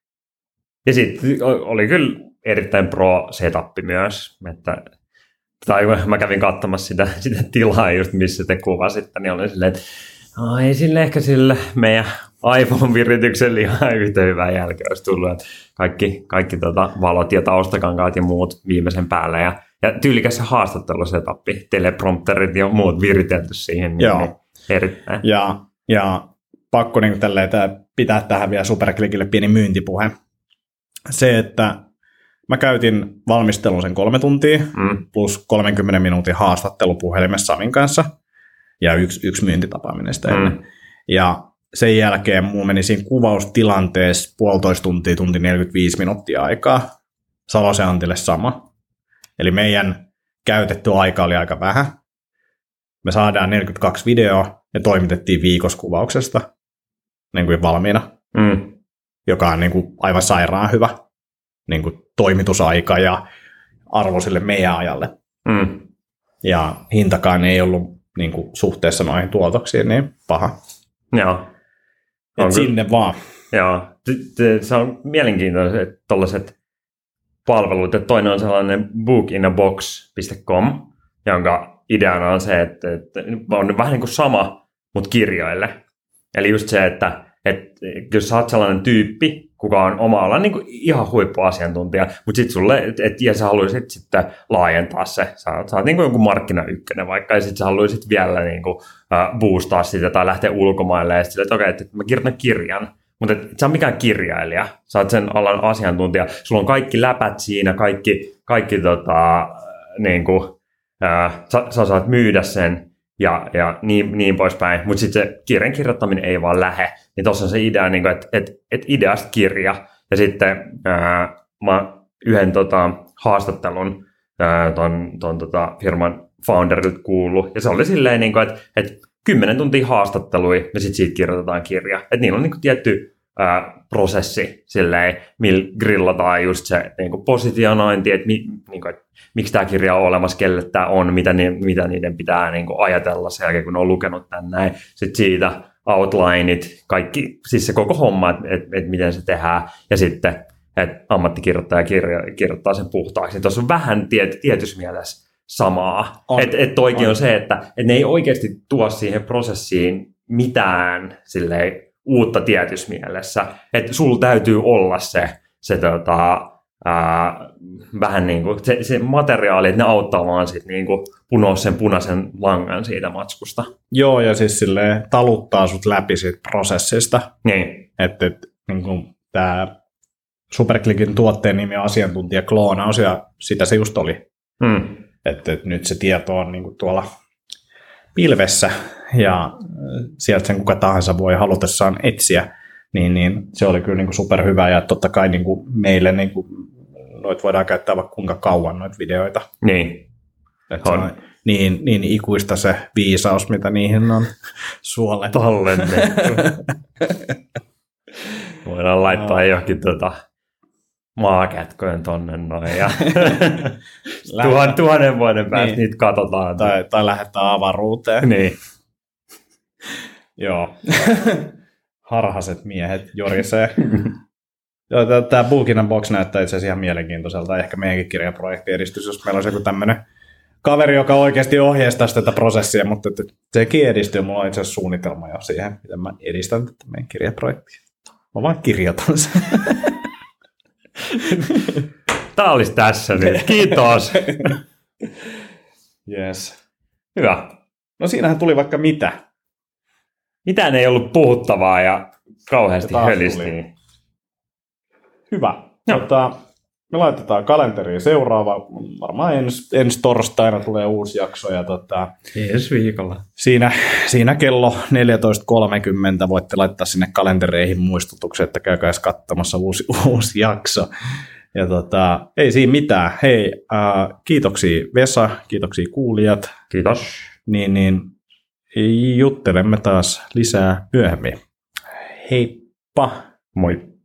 Ja sitten oli kyllä erittäin pro-setappi myös, että tai kun mä kävin katsomassa sitä tilaa just missä te kuvasitte, niin olin silleen, että ei sille ehkä sille meidän iPhone-viritykselle ihan yhtä hyvää jälkeä olisi tullut, että kaikki valot ja taustakankaat ja muut viimeisen päälle ja tyylikäs se haastattelusetappi, teleprompterit ja muut viritelty siihen. Joo. Niin erittäin. Ja pakko niin tälleen, pitää tähän vielä Superclickille pieni myyntipuhe. Se, että mä käytin valmistelun sen 3 tuntia, plus 30 minuutin haastattelu puhelimessa Samin kanssa, ja yksi myyntitapaaminen sitä ennen. Ja sen jälkeen mulla meni siinä kuvaustilanteessa 1,5 tuntia, tunti 45 minuuttia aikaa. Salosen Antille sama. Eli meidän käytetty aika oli aika vähän. Me saadaan 42 videoa ja toimitettiin viikossa kuvauksesta niin kuin valmiina, joka on niin kuin aivan sairaan hyvä niin kuin toimitusaika ja arvo sille meidän ajalle. Ja hintakaan ei ollut niin kuin suhteessa noihin tuotoksiin niin paha. Joo. Et sinne vaan. Joo. Se on mielenkiintoiset tollaiset palvelut. Että toinen on sellainen bookinabox.com, jonka ideana on se, että on vähän niin kuin sama, mutta kirjoille. Eli just se, että jos sä oot sellainen tyyppi, kuka on omalla niin kuin ihan huippuasiantuntija, mutta sitten sulle, ja sä haluaisit sitten laajentaa se, sä oot niin kuin joku markkina ykkönen vaikka, ja sitten sä haluaisit vielä niin kuin boostaa sitä tai lähteä ulkomaille, ja sitten että okei, että mä kirjoitan kirjan, mutta sä oot mikään kirjailija, sä oot sen alan asiantuntija, sulla on kaikki läpät siinä, kaikki niin kuin, sä saat myydä sen, ja niin poispäin, mutta sitten se kirjan kirjoittaminen ei vaan lähe. Niin tuossa on se idea, niin että ideasta kirja. Ja sitten mä yhden haastattelun ton firman founderilta kuullut. Ja se oli silleen, niin kuin, että 10 tuntia haastattelui ja sitten siitä kirjoitetaan kirja. Että niillä on niin kuin tietty prosessi silleen, millä grillataan just se niin kuin positionointi, että miksi tämä kirja on olemassa, kelle tämä on, mitä niiden pitää niin kuin ajatella sen jälkeen, kun ne on lukenut tän näin. Sitten siitä outlineit, kaikki, siis se koko homma, että miten se tehdään, ja sitten, että ammattikirjoittaja kirjoittaa sen puhtaaksi. Tuossa on vähän tietyssä mielessä samaa. Että toikin on se, että ne ei oikeasti tuo siihen prosessiin mitään silleen uutta tietyssä mielessä. Että sulla täytyy olla se vähän niin kuin se materiaali, että ne auttaa vaan sit niin kuin punoa sen punaisen langan siitä matskusta. Joo, ja siis silleen taluttaa sut läpi siitä prosessista. Niin. Että niin kuin tämä Superclickin tuotteen nimi on asiantuntijakloonaus, ja sitä se just oli. Että nyt se tieto on niin kuin tuolla pilvessä, ja sieltä sen kuka tahansa voi halutessaan etsiä, niin se oli kyllä niin kuin superhyvä, ja totta kai niin kuin meille niin kuin noit voidaan käyttää vaikka kuinka kauan noita videoita. Niin. Että on niin ikuista se viisaus, mitä niihin on suolettu. Tallennettu. Voidaan laittaa johonkin maakätköön tonne noin ja 1000 vuoden päästä niin. Niitä katsotaan. Tai lähdetään avaruuteen. Niin. Joo. Harhaset miehet jorisee. Tämä Bulk in Box näyttää itse asiassa ihan mielenkiintoiselta. Ehkä meidänkin kirjaprojekti edistys, jos meillä olisi joku tämmöinen kaveri, joka oikeasti ohjeistaa tätä prosessia, mutta sekin edistyy. Mulla on itse asiassa suunnitelma jo siihen, miten mä edistän tätä meidän kirjaprojektia. Mä vaan kirjoitan sen. Tää olisi tässä nyt. Kiitos. Yes. Hyvä. No siinähän tuli vaikka mitä. Mitään ei ollut puhuttavaa ja kauheasti hölistiin. Hyvä. Me laitetaan kalenteriin seuraava. Varmaan ensi torstaina tulee uusi jakso. Ja ensi viikolla. Siinä kello 14.30 voitte laittaa sinne kalentereihin muistutuksen, että käykää katsomassa uusi jakso. Ja ei siinä mitään. Hei, kiitoksia Vesa, kiitoksia kuulijat. Kiitos. Niin juttelemme taas lisää myöhemmin. Heippa. Moi.